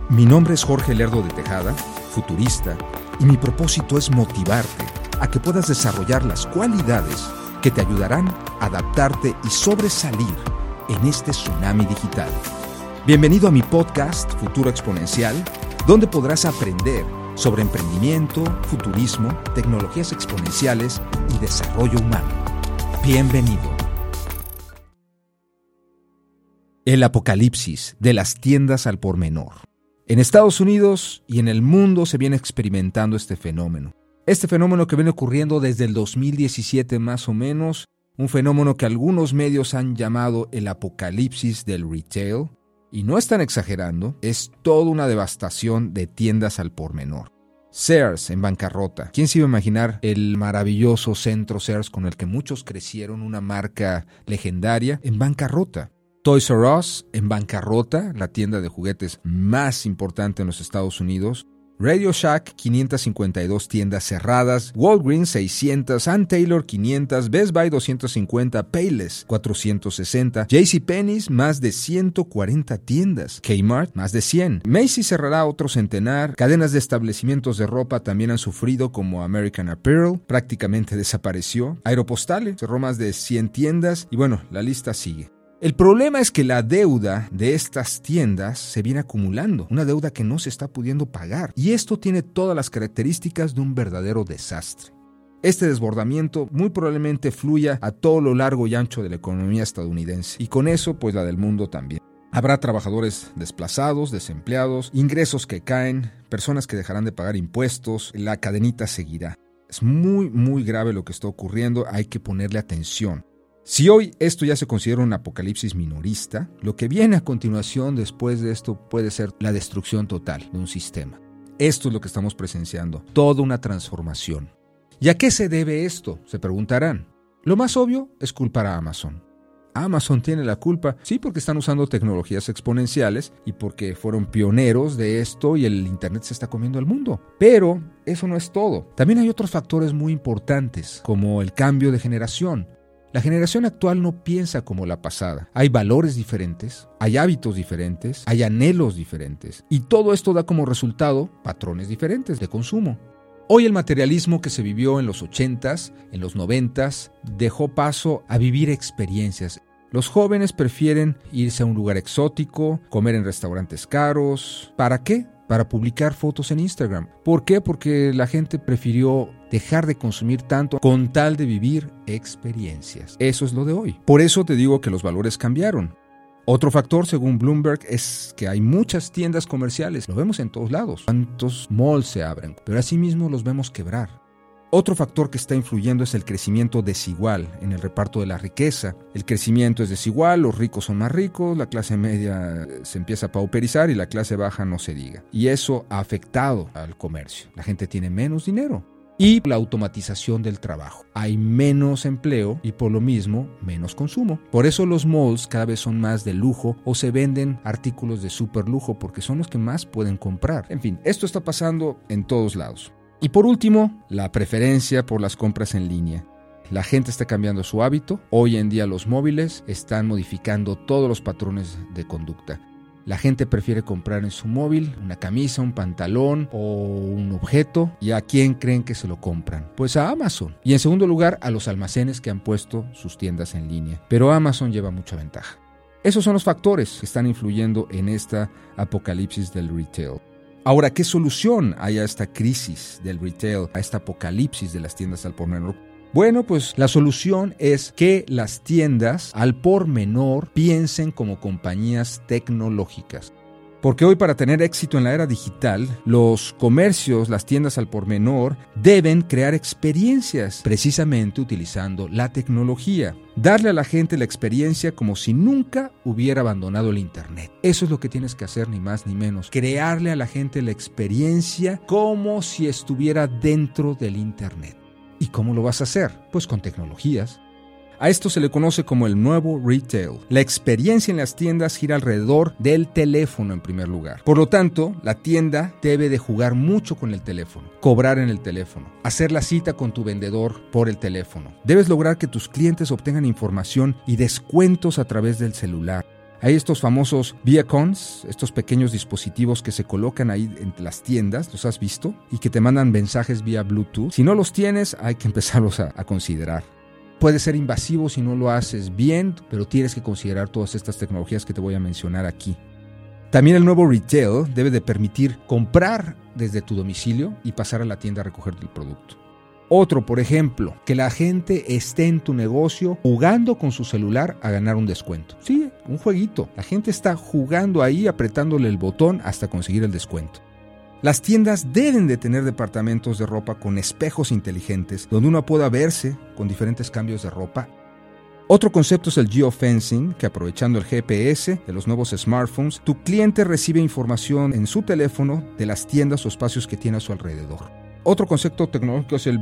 Mi nombre es Jorge Lerdo de Tejada, futurista, y mi propósito es motivarte a que puedas desarrollar las cualidades que te ayudarán a adaptarte y sobresalir en este tsunami digital. Bienvenido a mi podcast Futuro Exponencial, donde podrás aprender sobre emprendimiento, futurismo, tecnologías exponenciales y desarrollo humano. Bienvenido. El apocalipsis de las tiendas al por menor. En Estados Unidos y en el mundo se viene experimentando este fenómeno. Este fenómeno que viene ocurriendo desde el 2017 más o menos, un fenómeno que algunos medios han llamado el apocalipsis del retail, y no están exagerando, es toda una devastación de tiendas al por menor. Sears en bancarrota. ¿Quién se iba a imaginar el maravilloso centro Sears con el que muchos crecieron, una marca legendaria, en bancarrota? Toys R Us en bancarrota, la tienda de juguetes más importante en los Estados Unidos. Radio Shack, 552 tiendas cerradas. Walgreens, 600. Ann Taylor, 500. Best Buy, 250. Payless, 460. JCPenney, más de 140 tiendas. Kmart, más de 100. Macy's cerrará otro centenar. Cadenas de establecimientos de ropa también han sufrido, como American Apparel, prácticamente desapareció. Aeropostale cerró más de 100 tiendas. Y bueno, la lista sigue. El problema es que la deuda de estas tiendas se viene acumulando, una deuda que no se está pudiendo pagar, y esto tiene todas las características de un verdadero desastre. Este desbordamiento muy probablemente fluya a todo lo largo y ancho de la economía estadounidense, y con eso pues la del mundo también. Habrá trabajadores desplazados, desempleados, ingresos que caen, personas que dejarán de pagar impuestos, la cadenita seguirá. Es muy grave lo que está ocurriendo, hay que ponerle atención. Si hoy esto ya se considera un apocalipsis minorista, lo que viene a continuación después de esto puede ser la destrucción total de un sistema. Esto es lo que estamos presenciando, toda una transformación. ¿Y a qué se debe esto?, se preguntarán. Lo más obvio es culpar a Amazon. Amazon tiene la culpa, sí, porque están usando tecnologías exponenciales y porque fueron pioneros de esto y el Internet se está comiendo al mundo. Pero eso no es todo. También hay otros factores muy importantes, como el cambio de generación. La generación actual no piensa como la pasada. Hay valores diferentes, hay hábitos diferentes, hay anhelos diferentes. Y todo esto da como resultado patrones diferentes de consumo. Hoy el materialismo que se vivió en los 80s, en los 90s, dejó paso a vivir experiencias. Los jóvenes prefieren irse a un lugar exótico, comer en restaurantes caros. ¿Para qué? Para publicar fotos en Instagram. ¿Por qué? Porque la gente prefirió dejar de consumir tanto con tal de vivir experiencias. Eso es lo de hoy. Por eso te digo que los valores cambiaron. Otro factor, según Bloomberg, es que hay muchas tiendas comerciales. Lo vemos en todos lados. ¿Cuántos malls se abren? Pero asimismo los vemos quebrar. Otro factor que está influyendo es el crecimiento desigual en el reparto de la riqueza. El crecimiento es desigual, los ricos son más ricos, la clase media se empieza a pauperizar y la clase baja no se diga. Y eso ha afectado al comercio. La gente tiene menos dinero. Y la automatización del trabajo. Hay menos empleo y por lo mismo menos consumo. Por eso los malls cada vez son más de lujo o se venden artículos de super lujo porque son los que más pueden comprar. En fin, esto está pasando en todos lados. Y por último, la preferencia por las compras en línea. La gente está cambiando su hábito. Hoy en día los móviles están modificando todos los patrones de conducta. La gente prefiere comprar en su móvil una camisa, un pantalón o un objeto. ¿Y a quién creen que se lo compran? Pues a Amazon. Y en segundo lugar, a los almacenes que han puesto sus tiendas en línea. Pero Amazon lleva mucha ventaja. Esos son los factores que están influyendo en esta apocalipsis del retail. Ahora, ¿qué solución hay a esta crisis del retail, a esta apocalipsis de las tiendas al por menor? Bueno, pues la solución es que las tiendas al por menor piensen como compañías tecnológicas. Porque hoy, para tener éxito en la era digital, los comercios, las tiendas al por menor, deben crear experiencias, precisamente utilizando la tecnología. Darle a la gente la experiencia como si nunca hubiera abandonado el Internet. Eso es lo que tienes que hacer, ni más ni menos. Crearle a la gente la experiencia como si estuviera dentro del Internet. ¿Y cómo lo vas a hacer? Pues con tecnologías. A esto se le conoce como el nuevo retail. La experiencia en las tiendas gira alrededor del teléfono en primer lugar. Por lo tanto, la tienda debe de jugar mucho con el teléfono, cobrar en el teléfono, hacer la cita con tu vendedor por el teléfono. Debes lograr que tus clientes obtengan información y descuentos a través del celular. Hay estos famosos beacons, estos pequeños dispositivos que se colocan ahí en las tiendas, ¿los has visto? Y que te mandan mensajes vía Bluetooth. Si no los tienes, hay que empezarlos a considerar. Puede ser invasivo si no lo haces bien, pero tienes que considerar todas estas tecnologías que te voy a mencionar aquí. También el nuevo retail debe de permitir comprar desde tu domicilio y pasar a la tienda a recoger el producto. Otro, por ejemplo, que la gente esté en tu negocio jugando con su celular a ganar un descuento. Sí, un jueguito. La gente está jugando ahí, apretándole el botón hasta conseguir el descuento. Las tiendas deben de tener departamentos de ropa con espejos inteligentes donde uno pueda verse con diferentes cambios de ropa. Otro concepto es el geofencing, que aprovechando el GPS de los nuevos smartphones, tu cliente recibe información en su teléfono de las tiendas o espacios que tiene a su alrededor. Otro concepto tecnológico es el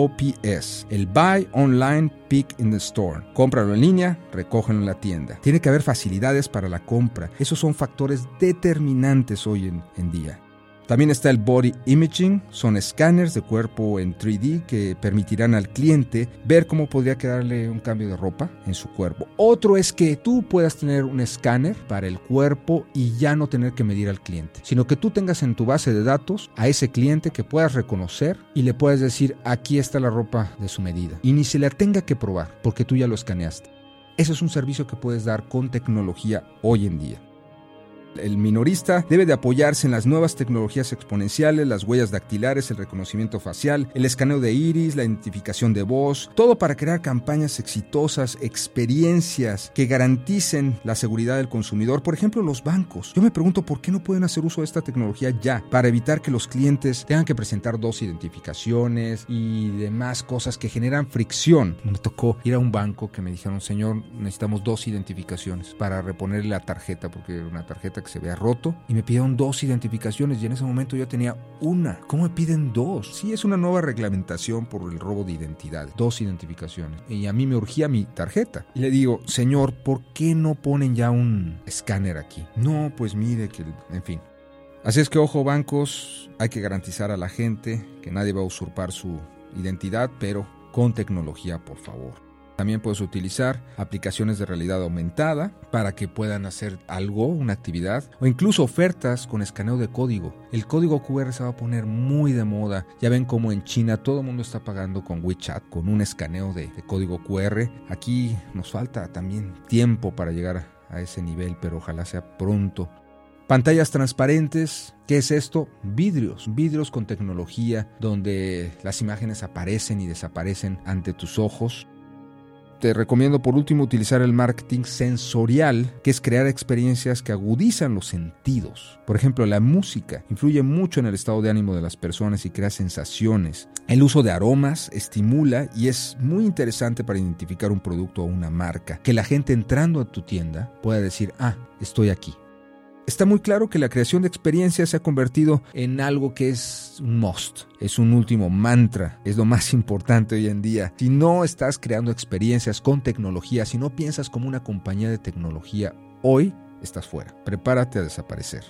BOPS, el Buy Online, Pick in the Store. Cómpralo en línea, recógelo en la tienda. Tiene que haber facilidades para la compra. Esos son factores determinantes hoy en día. También está el Body Imaging, son escáneres de cuerpo en 3D que permitirán al cliente ver cómo podría quedarle un cambio de ropa en su cuerpo. Otro es que tú puedas tener un escáner para el cuerpo y ya no tener que medir al cliente, sino que tú tengas en tu base de datos a ese cliente que puedas reconocer y le puedas decir, aquí está la ropa de su medida. Y ni se la tenga que probar porque tú ya lo escaneaste. Ese es un servicio que puedes dar con tecnología hoy en día. El minorista debe de apoyarse en las nuevas tecnologías exponenciales, las huellas dactilares, el reconocimiento facial, el escaneo de iris, la identificación de voz, todo para crear campañas exitosas, experiencias que garanticen la seguridad del consumidor. Por ejemplo, los bancos. Yo me pregunto por qué no pueden hacer uso de esta tecnología ya, para evitar que los clientes tengan que presentar 2 identificaciones y demás cosas que generan fricción. Me tocó ir a un banco que me dijeron, señor, necesitamos 2 identificaciones para reponerle la tarjeta, porque era una tarjeta que se vea roto, y me pidieron 2 identificaciones y en ese momento yo tenía una. ¿Cómo me piden 2? Sí, es una nueva reglamentación por el robo de identidad. 2 identificaciones. Y a mí me urgía mi tarjeta. Y le digo, señor, ¿por qué no ponen ya un escáner aquí? No, pues mire que... En fin. Así es que, ojo, bancos, hay que garantizar a la gente que nadie va a usurpar su identidad, pero con tecnología, por favor. También puedes utilizar aplicaciones de realidad aumentada para que puedan hacer algo, una actividad, o incluso ofertas con escaneo de código. El código QR se va a poner muy de moda. Ya ven cómo en China todo el mundo está pagando con WeChat, con un escaneo de código QR. Aquí nos falta también tiempo para llegar a ese nivel, pero ojalá sea pronto. Pantallas transparentes, ¿qué es esto? Vidrios con tecnología donde las imágenes aparecen y desaparecen ante tus ojos. Te recomiendo por último utilizar el marketing sensorial, que es crear experiencias que agudizan los sentidos. Por ejemplo, la música influye mucho en el estado de ánimo de las personas y crea sensaciones. El uso de aromas estimula y es muy interesante para identificar un producto o una marca. Que la gente entrando a tu tienda pueda decir, estoy aquí. Está muy claro que la creación de experiencias se ha convertido en algo que es un must, es un último mantra, es lo más importante hoy en día. Si no estás creando experiencias con tecnología, si no piensas como una compañía de tecnología, hoy estás fuera. Prepárate a desaparecer.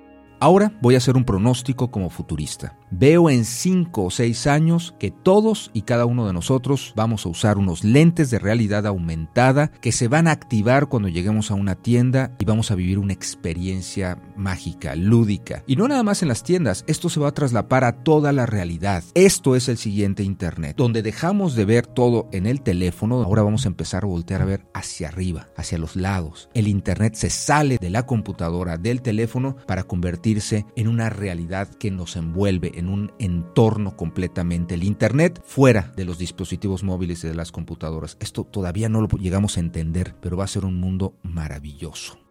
Ahora voy a hacer un pronóstico como futurista. Veo en 5 o 6 años que todos y cada uno de nosotros vamos a usar unos lentes de realidad aumentada que se van a activar cuando lleguemos a una tienda y vamos a vivir una experiencia mágica, lúdica. Y no nada más en las tiendas, esto se va a traslapar a toda la realidad. Esto es el siguiente Internet, donde dejamos de ver todo en el teléfono, ahora vamos a empezar a voltear a ver hacia arriba, hacia los lados. El Internet se sale de la computadora, del teléfono, para convertirse en una realidad que nos envuelve en un entorno completamente. El Internet fuera de los dispositivos móviles y de las computadoras. Esto todavía no lo llegamos a entender, pero va a ser un mundo maravilloso.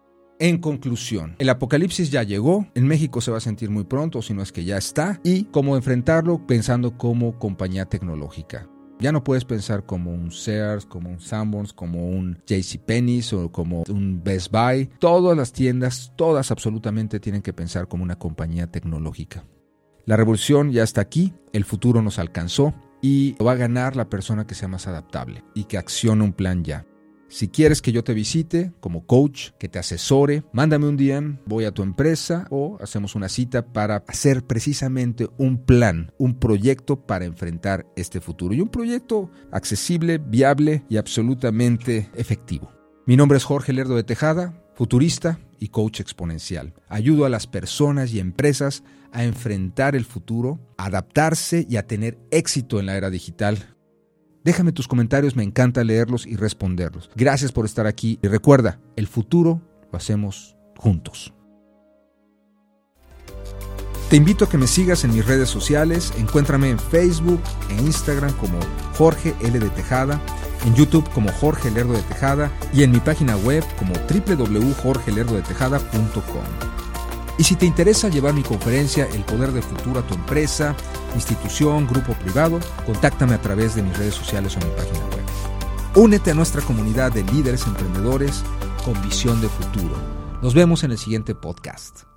En conclusión, el apocalipsis ya llegó, en México se va a sentir muy pronto, si no es que ya está, y cómo enfrentarlo pensando como compañía tecnológica. Ya no puedes pensar como un Sears, como un Sanborns, como un JCPenney o como un Best Buy. Todas las tiendas, todas absolutamente tienen que pensar como una compañía tecnológica. La revolución ya está aquí, el futuro nos alcanzó y va a ganar la persona que sea más adaptable y que accione un plan ya. Si quieres que yo te visite como coach, que te asesore, mándame un DM, voy a tu empresa o hacemos una cita para hacer precisamente un plan, un proyecto para enfrentar este futuro. Y un proyecto accesible, viable y absolutamente efectivo. Mi nombre es Jorge Lerdo de Tejada. futurista y coach exponencial. Ayudo a las personas y empresas a enfrentar el futuro, a adaptarse y a tener éxito en la era digital. Déjame tus comentarios, me encanta leerlos y responderlos. Gracias por estar aquí y recuerda, el futuro lo hacemos juntos. Te invito a que me sigas en mis redes sociales. Encuéntrame en Facebook e Instagram como Jorge L. de Tejada, en YouTube como Jorge Lerdo de Tejada y en mi página web como www.jorgelerdodetejada.com. Y si te interesa llevar mi conferencia El Poder del Futuro a tu empresa, institución, grupo privado, contáctame a través de mis redes sociales o mi página web. Únete a nuestra comunidad de líderes emprendedores con visión de futuro. Nos vemos en el siguiente podcast.